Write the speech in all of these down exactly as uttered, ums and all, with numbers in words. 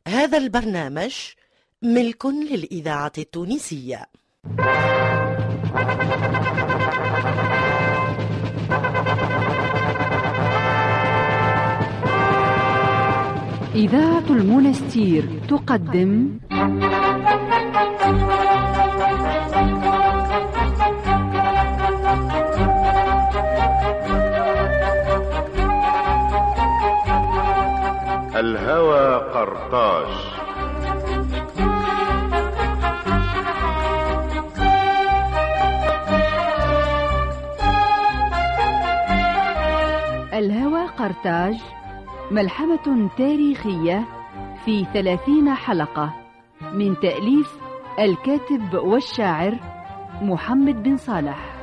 هذا البرنامج ملك للإذاعة التونسية. إذاعة المنستير تقدم الهوى قرطاج. الهوى قرطاج ملحمة تاريخية في ثلاثين حلقة من تأليف الكاتب والشاعر محمد بن صالح.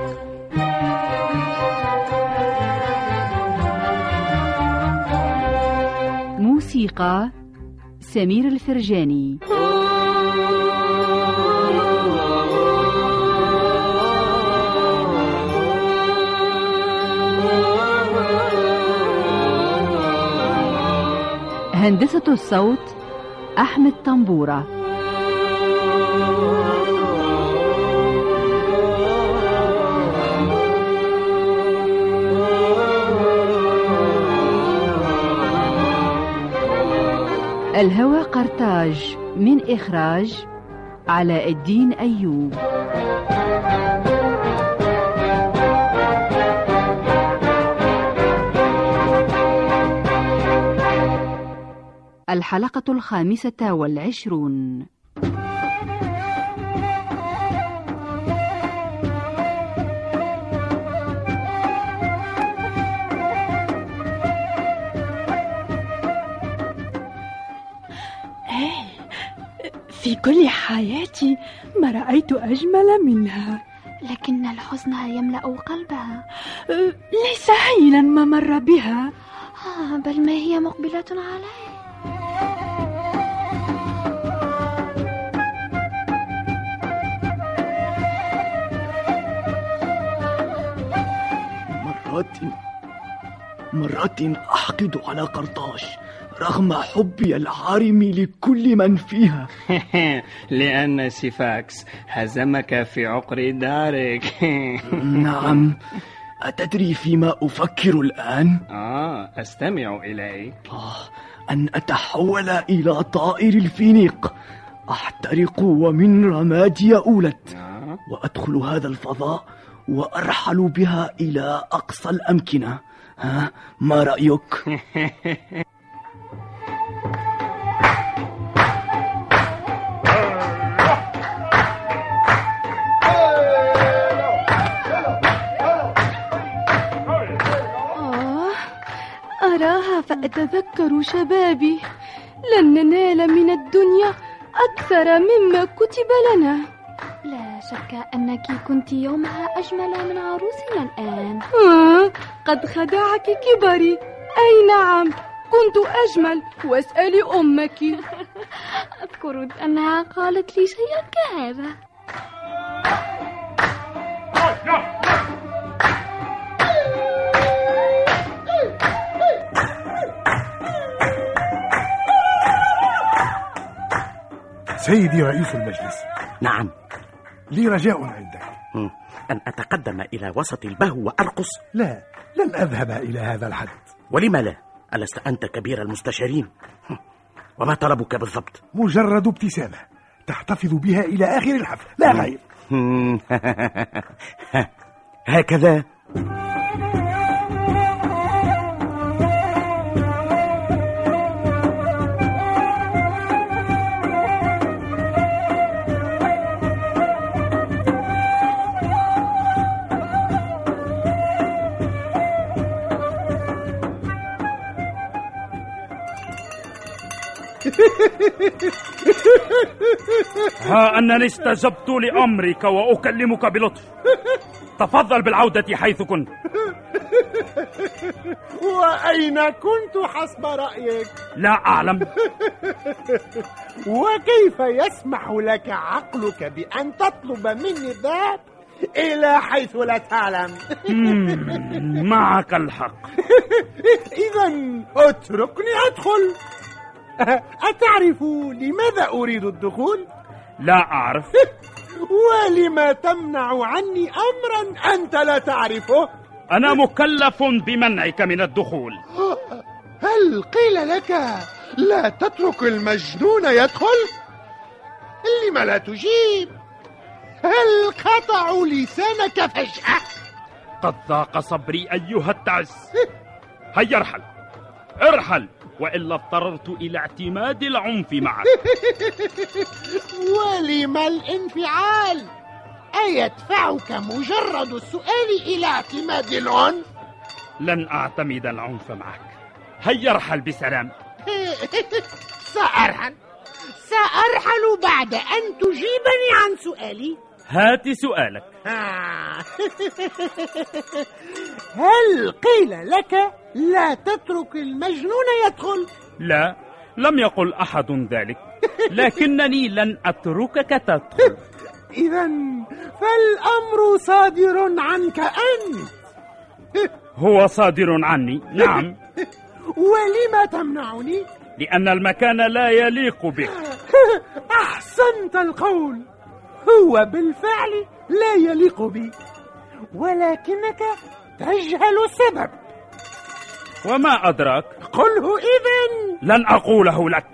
موسيقى سمير الفرجاني. هندسة الصوت أحمد طنبورة. الهوى قرطاج من إخراج علاء الدين أيوب. الحلقة الخامسة والعشرون. في كل حياتي ما رأيت أجمل منها، لكن الحزن يملأ قلبها. ليس هينا ما مر بها، آه بل ما هي مقبلة عليه. مرات مرات أحقد على قرطاج رغم حبي العارم لكل من فيها. لأن سيفاكس هزمك في عقر دارك. نعم، أتدري فيما أفكر الآن؟ آه أستمع إليك. آه أن أتحول إلى طائر الفينيق، أحترق ومن رمادي أولد، آه. وأدخل هذا الفضاء وأرحل بها إلى أقصى الأمكنة. ها، ما رأيك؟ أراها فأتذكر شبابي، لن ننال من الدنيا أكثر مما كتب لنا. لا شك أنك كنت يومها أجمل من عروسنا الآن. آه قد خدعك كبري. أي نعم، كنت أجمل، واسألي أمك. أذكر أنها قالت لي شيئا كهذا. سيدي رئيس المجلس. نعم. لي رجاء عندك. أن أتقدم إلى وسط البهو وأرقص؟ لا، لن أذهب إلى هذا الحد. ولم لا؟ ألست أنت كبير المستشارين؟ وما طلبك بالضبط؟ مجرد ابتسامة تحتفظ بها إلى آخر الحفل، لا غير. هكذا؟ ها أنني استجبت لأمرك وأكلمك بلطف. تفضل بالعودة حيث كنت. وأين كنت حسب رأيك؟ لا أعلم. وكيف يسمح لك عقلك بأن تطلب مني الذهاب إلى حيث لا تعلم؟ معك الحق. إذن اتركني أدخل. أتعرف لماذا أريد الدخول؟ لا أعرف. ولما تمنع عني أمرا أنت لا تعرفه؟ أنا مكلف بمنعك من الدخول. هل قيل لك لا تترك المجنون يدخل؟ لم لا تجيب؟ هل قطعوا لسانك فجأة؟ قد ضاق صبري أيها التعس. هيا ارحل ارحل، وإلا اضطررت إلى اعتماد العنف معك. ولم الانفعال؟ أيدفعك مجرد السؤال إلى اعتماد العنف؟ لن أعتمد العنف معك. هيا ارحل بسلام. سأرحل سأرحل بعد أن تجيبني عن سؤالي. هات سؤالك. هل قيل لك لا تترك المجنون يدخل؟ لا، لم يقل أحد ذلك، لكنني لن أتركك تدخل. إذن فالأمر صادر عنك أنت. هو صادر عني، نعم. ولم تمنعني؟ لأن المكان لا يليق بك. أحسنت القول، هو بالفعل لا يليق بي، ولكنك تجهل السبب. وما أدراك؟ قله إذن. لن أقوله لك.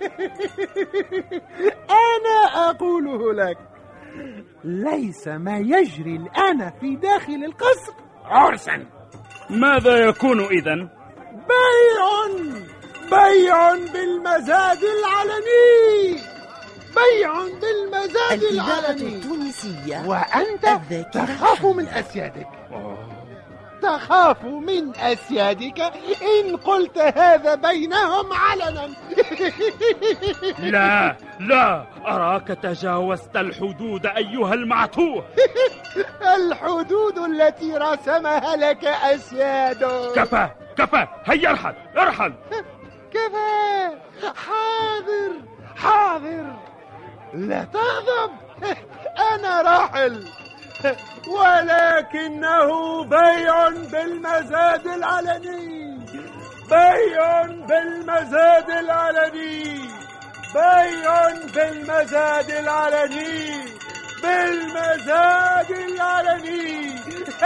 أنا أقوله لك. ليس ما يجري الآن في داخل القصر عرسا. ماذا يكون إذن؟ بيع بيع بالمزاد العلني، بيع بالمزاد العلني التونسية. وأنت تخاف من أسيادك، تخاف من أسيادك إن قلت هذا بينهم علنا. لا لا، أراك تجاوزت الحدود أيها المعتوه. الحدود التي رسمها لك أسيادك. كفى كفى، هيا ارحل ارحل. كفى. حاضر حاضر، لا تغضب، أنا راحل، ولكنه بيع بالمزاد العلني، بيع بالمزاد العلني، بيع بالمزاد العلني، بالمزاد العلني.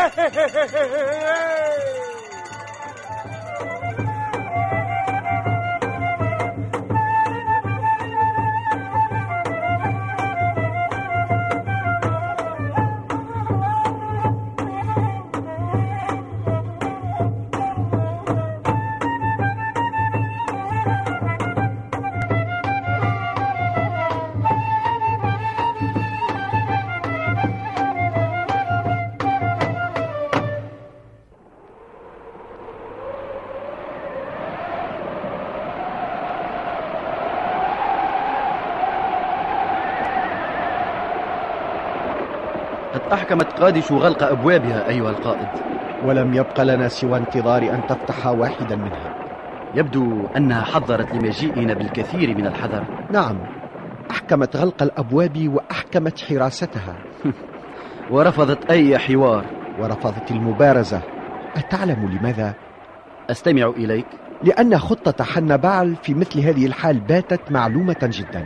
أحكمت قادش غلق أبوابها أيها القائد، ولم يبق لنا سوى انتظار أن تفتح واحدا منها. يبدو أنها حذرت لمجيئنا بالكثير من الحذر. نعم، أحكمت غلق الأبواب وأحكمت حراستها. ورفضت أي حوار، ورفضت المبارزة. أتعلم لماذا؟ أستمع إليك. لأن خطة حنبال في مثل هذه الحال باتت معلومة جدا.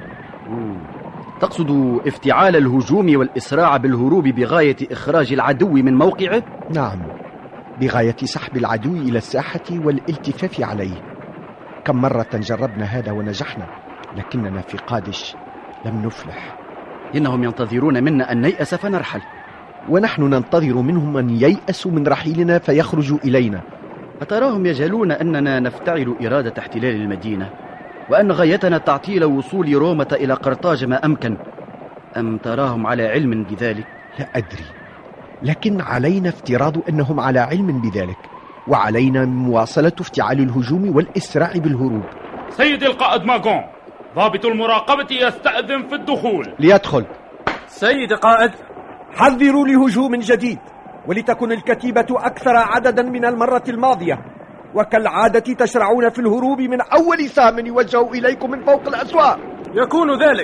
تقصد افتعال الهجوم والإسراع بالهروب بغاية إخراج العدو من موقعه؟ نعم، بغاية سحب العدو إلى الساحة والالتفاف عليه. كم مرة جربنا هذا ونجحنا، لكننا في قادش لم نفلح. إنهم ينتظرون منا أن نيأس فنرحل، ونحن ننتظر منهم أن ييأسوا من رحيلنا فيخرجوا إلينا. أتراهم يجهلون أننا نفتعل إرادة احتلال المدينة، وأن غايتنا تعطيل وصول رومة إلى قرطاج ما أمكن؟ أم تراهم على علم بذلك؟ لا أدري، لكن علينا افتراض أنهم على علم بذلك، وعلينا مواصلة افتعال الهجوم والإسراع بالهروب. سيدي القائد ماغون، ضابط المراقبة يستأذن في الدخول. ليدخل. سيد قائد، حذروا لهجوم جديد، ولتكن الكتيبة أكثر عددا من المرة الماضية، وكالعادة تشرعون في الهروب من أول سهم يوجه إليكم من فوق الأسوار. يكون ذلك.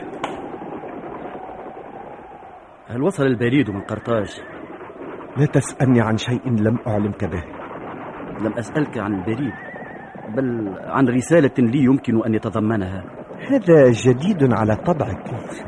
هل وصل البريد من قرطاج؟ لا تسألني عن شيء لم أعلمك به. لم أسألك عن البريد، بل عن رسالة لي يمكن أن يتضمنها. هذا جديد على طبعك.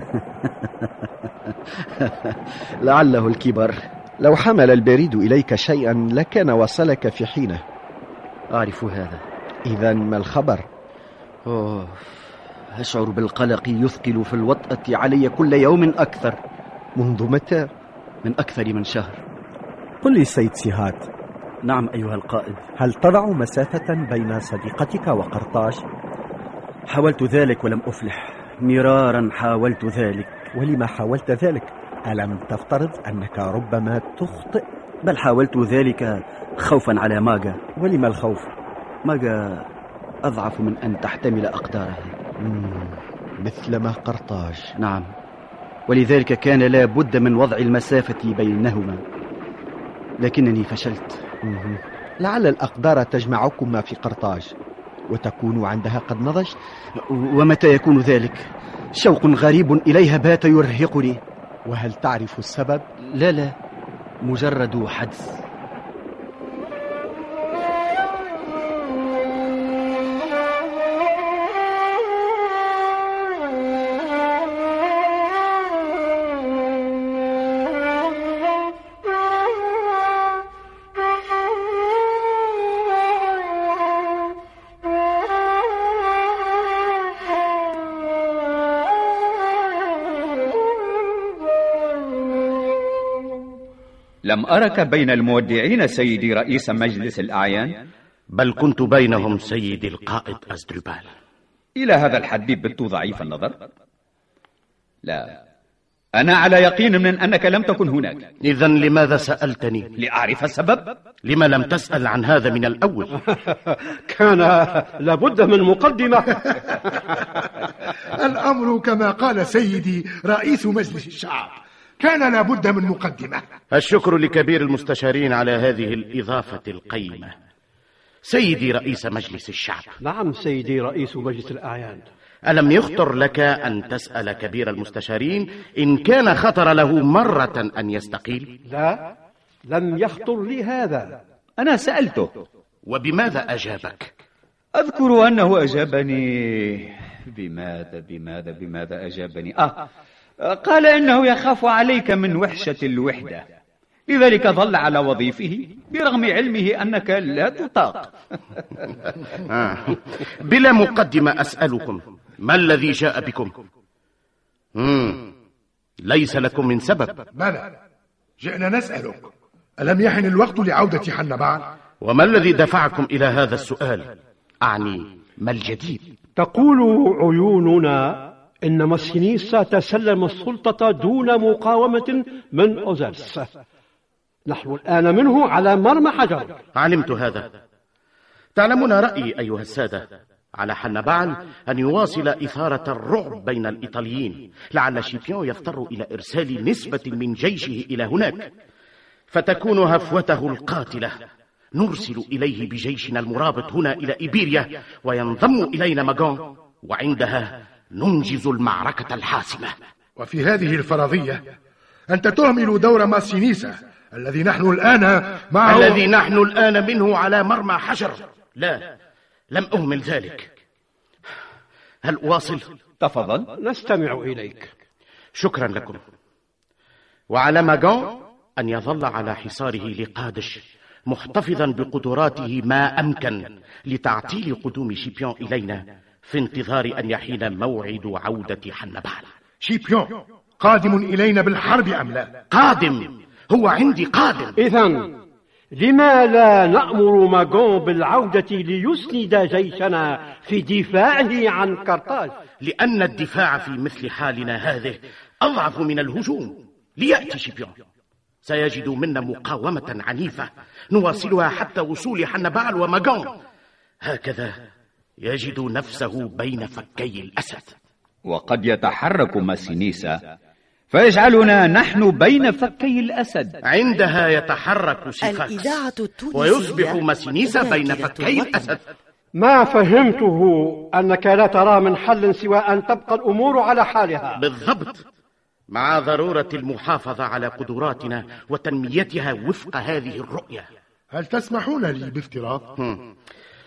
لعله الكبر. لو حمل البريد إليك شيئا لكان وصلك في حينه. أعرف هذا. إذن ما الخبر؟ أوه. أشعر بالقلق يثقل في الوطأة علي كل يوم أكثر. منذ متى؟ من أكثر من شهر. قل لي سيد سيهات. نعم أيها القائد. هل تضع مسافة بين صديقتك وقرطاج؟ حاولت ذلك ولم أفلح. مرارا حاولت ذلك. ولما حاولت ذلك؟ ألم تفترض أنك ربما تخطئ؟ بل حاولت ذلك خوفا على ماغا. ولما الخوف؟ ماغا أضعف من أن تحتمل أقدارها. مثلما قرطاج. نعم، ولذلك كان لا بد من وضع المسافة بينهما، لكنني فشلت. لعل الأقدار تجمعكما في قرطاج وتكون عندها قد نضجت. ومتى يكون ذلك؟ شوق غريب إليها بات يرهقني. وهل تعرف السبب؟ لا لا، مجرد حدس. لم أرك بين المودعين سيدي رئيس مجلس الأعيان. بل كنت بينهم سيدي القائد أزدربال. إلى هذا الحد بت ضعيف النظر؟ لا، أنا على يقين من أنك لم تكن هناك. إذن لماذا سألتني؟ لأعرف السبب. لما لم تسأل عن هذا من الأول؟ كان لابد من مقدمة. الأمر كما قال سيدي رئيس مجلس الشعب، كان لابد من مقدمة. الشكر لكبير المستشارين على هذه الإضافة القيمة. سيدي رئيس مجلس الشعب. نعم سيدي رئيس مجلس الأعيان. ألم يخطر لك أن تسأل كبير المستشارين إن كان خطر له مرة أن يستقيل؟ لا، لم يخطر لي هذا. أنا سألته. وبماذا أجابك؟ أذكر أنه أجابني بماذا بماذا بماذا أجابني آه قال إنه يخاف عليك من وحشة الوحدة، لذلك ظل على وظيفه برغم علمه أنك لا تطاق. آه. بلا مقدمة أسألكم، ما الذي جاء بكم؟ مم. ليس لكم من سبب. بلى، جئنا نسألك، ألم يحن الوقت لعودة حنبال؟ وما الذي دفعكم إلى هذا السؤال؟ أعني ما الجديد؟ تقول عيوننا إن ماسينيسا تسلم السلطة دون مقاومة من أوزرس. نحن الآن منه على مرمى حجر. علمت هذا. تعلمون رأيي أيها السادة، على حنبال أن يواصل إثارة الرعب بين الإيطاليين، لعل شيبيون يضطر إلى إرسال نسبة من جيشه إلى هناك، فتكون هفوته القاتلة. نرسل إليه بجيشنا المرابط هنا إلى إيبيريا، وينضم إلينا ماغون، وعندها ننجز المعركة الحاسمة. وفي هذه الفرضية أنت تهمل دور ماسينيسا الذي نحن الآن معه. الذي نحن الآن منه على مرمى حجر. لا، لم أهمل ذلك. هل أواصل؟ تفضل. نستمع إليك. شكرا لكم. وعلى ماغون أن يظل على حصاره لقادش، محتفظا بقدراته ما أمكن لتعطيل قدوم شيبيون إلينا في انتظار أن يحين موعد عودة حنبال. شيبيون قادم إلينا بالحرب أم لا؟ قادم، هو عندي قادم. إذن لما لا نأمر ماغون بالعودة ليسند جيشنا في دفاعه عن قرطاج؟ لأن الدفاع في مثل حالنا هذه أضعف من الهجوم. ليأتي شيبيون، سيجد منا مقاومة عنيفة نواصلها حتى وصول حنبال وماغون. هكذا يجد نفسه بين فكي الأسد. وقد يتحرك ماسينيسا فيجعلنا نحن بين فكي الأسد. عندها يتحرك سيفاكس الإذاعة التونسية ويصبح ماسينيسا بين فكي الأسد. ما فهمته أنك لا ترى من حل سوى أن تبقى الأمور على حالها. بالضبط، مع ضرورة المحافظة على قدراتنا وتنميتها وفق هذه الرؤية. هل تسمحون لي بافتراض؟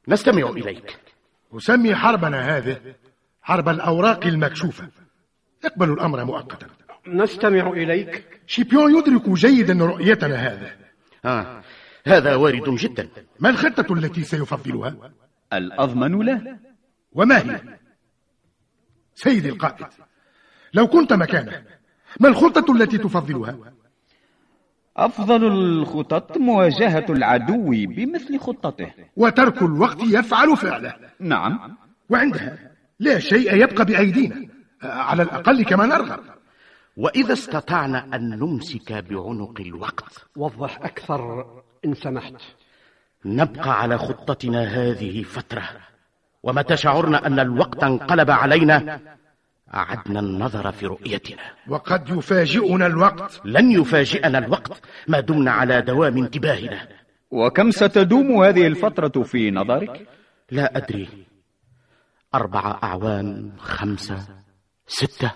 نستمع إليك. أسمي حربنا هذه حرب الأوراق المكشوفة. اقبلوا الأمر مؤقتا. نستمع إليك. شيبيون يدرك جيدا رؤيتنا هذا. آه. هذا وارد جدا. ما الخطة التي سيفضلها؟ الأضمن له. وما هي؟ سيدي القائد، لو كنت مكانه ما الخطة التي تفضلها؟ أفضل الخطط مواجهة العدو بمثل خطته، وترك الوقت يفعل فعله. نعم. وعندها لا شيء يبقى بأيدينا، على الأقل كما نرغب. وإذا استطعنا أن نمسك بعنق الوقت. وضح أكثر إن سمحت. نبقى على خطتنا هذه فترة، ومتى شعرنا أن الوقت انقلب علينا أعدنا النظر في رؤيتنا. وقد يفاجئنا الوقت. لن يفاجئنا الوقت ما دمنا على دوام انتباهنا. وكم ستدوم هذه الفترة في نظرك؟ لا أدري، أربع أعوام، خمسة، ستة.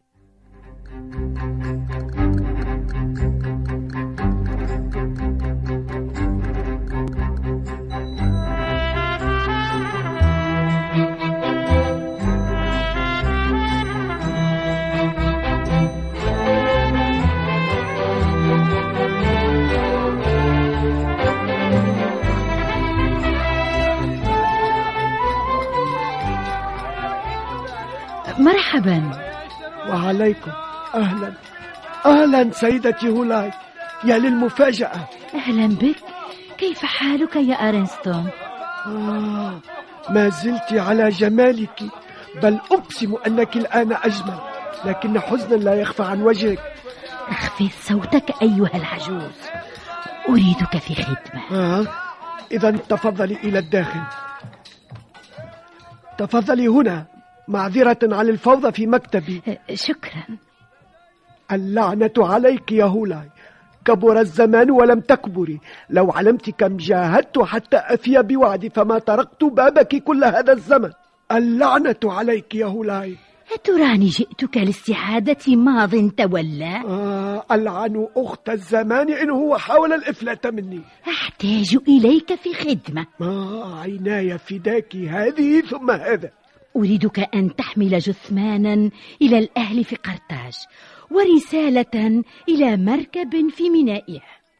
مرحبا. وعليكم. أهلا أهلا سيدتي هولاي، يا للمفاجأة. أهلا بك، كيف حالك يا أرنستون؟ آه، ما زلت على جمالك، بل أقسم أنك الآن أجمل، لكن حزنا لا يخفى عن وجهك. اخفض صوتك أيها العجوز، أريدك في خدمة. آه، إذا تفضلي إلى الداخل. تفضلي هنا، معذرة عن الفوضى في مكتبي. شكرا. اللعنة عليك يا هولاي، كبر الزمان ولم تكبري. لو علمت كم جاهدت حتى أفي بوعدي فما طرقت بابك كل هذا الزمن. اللعنة عليك يا هولاي. أتراني جئتك لاستعادة ماض تولى؟ آه، ألعن أخت الزمان إن هو حاول الإفلات مني. أحتاج إليك في خدمة. آه، عيناي فداك، هذه ثم هذا. أريدك أن تحمل جثمانا إلى الأهل في قرطاج، ورسالة إلى مركب في مينائه.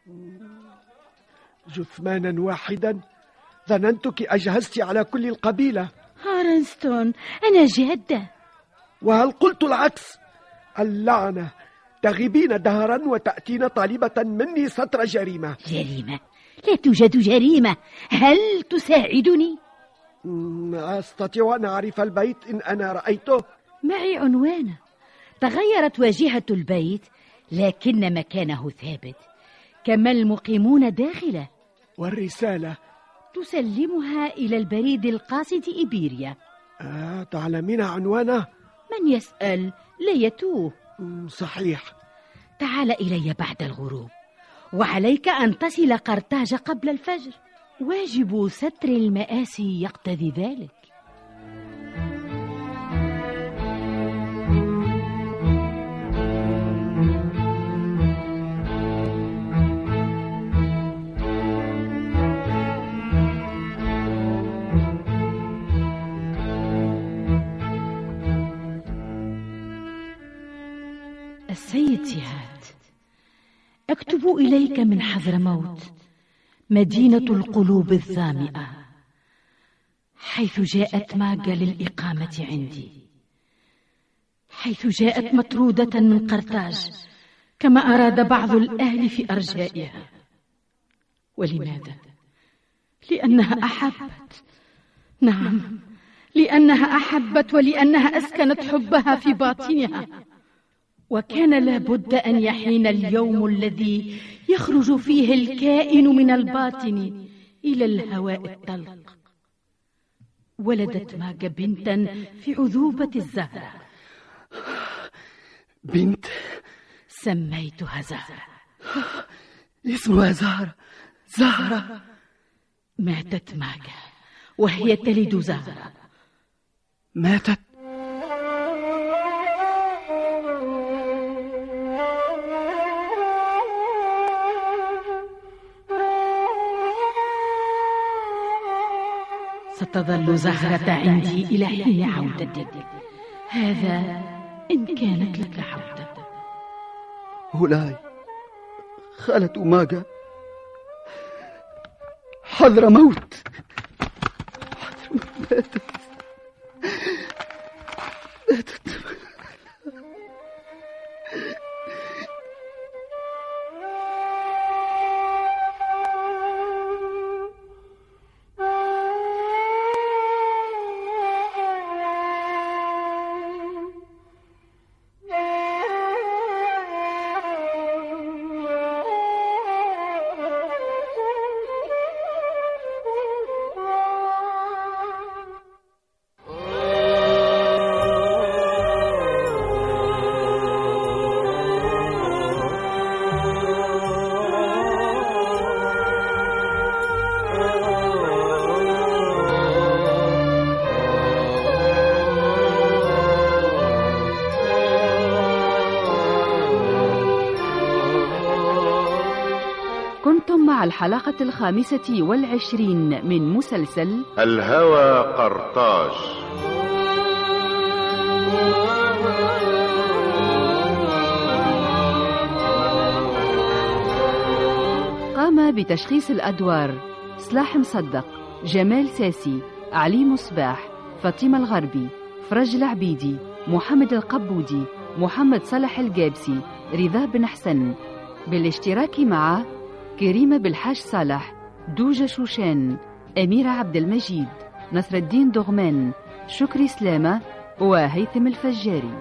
جثمانا واحدا؟ ظننتك أجهزت على كل القبيلة. أرنستون، أنا جادة. وهل قلت العكس؟ اللعنة، تغيبين دهرا وتأتين طالبة مني سطر جريمة. جريمة؟ لا توجد جريمة، هل تساعدني؟ أستطيع أن أعرف البيت إن أنا رأيته؟ معي عنوانه. تغيرت واجهة البيت لكن مكانه ثابت، كما المقيمون داخله. والرسالة؟ تسلمها إلى البريد القاصد إيبيريا. آه، تعلمين عنوانه؟ من يسأل لا يتوه. صحيح. تعال إلي بعد الغروب، وعليك أن تصل قرطاج قبل الفجر. واجب ستر المآسي يقتضي ذلك. السيد سيهات، أكتب إليك من حضرموت، مدينة القلوب الظامئة، حيث جاءت ماجا للإقامة عندي، حيث جاءت مطرودة من قرطاج كما أراد بعض الأهل في أرجائها. ولماذا؟ لأنها أحبت. نعم، لأنها أحبت، ولأنها أسكنت حبها في باطنها. وكان لابد أن يحين اليوم الذي يخرج فيه الكائن من الباطن إلى الهواء الطلق. ولدت ماجا بنتا في عذوبة الزهرة. بنت؟ سميتها زهرة. اسمها زهرة. زهرة. ماتت ماجا وهي تلد زهرة. ماتت؟ تظل زهرة عندي إلى حين عودتك، هذا إن كانت لك عودة. هولاي، خالة أماغا، حذر موت، حذر موت. ماتت ماتت. كنتم مع الحلقة الخامسة والعشرين من مسلسل الهوى قرطاج. قام بتشخيص الأدوار سلاح مصدق، جمال ساسي، علي مصباح، فاطمة الغربي، فرج العبيدي، محمد القبودي، محمد صالح الجابسي، رضا بن حسن، بالاشتراك مع كريمة بالحاج صالح، دوجة شوشان، أميرة عبد المجيد، نصر الدين دغمان، شكري سلامة، وهيثم الفجاري.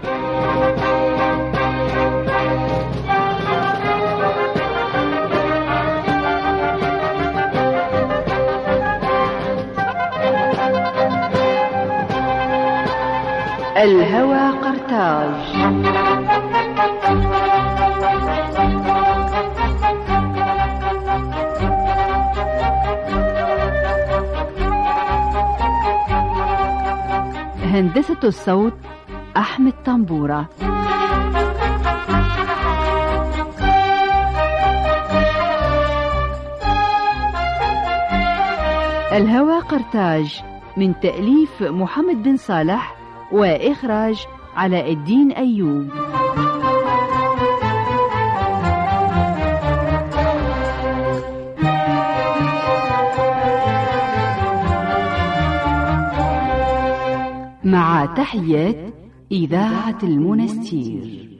الهوى قرطاج. هندسة الصوت أحمد طنبورة. الهوى قرطاج من تأليف محمد بن صالح وإخراج علاء الدين أيوب. مع تحيات إذاعة المنستير.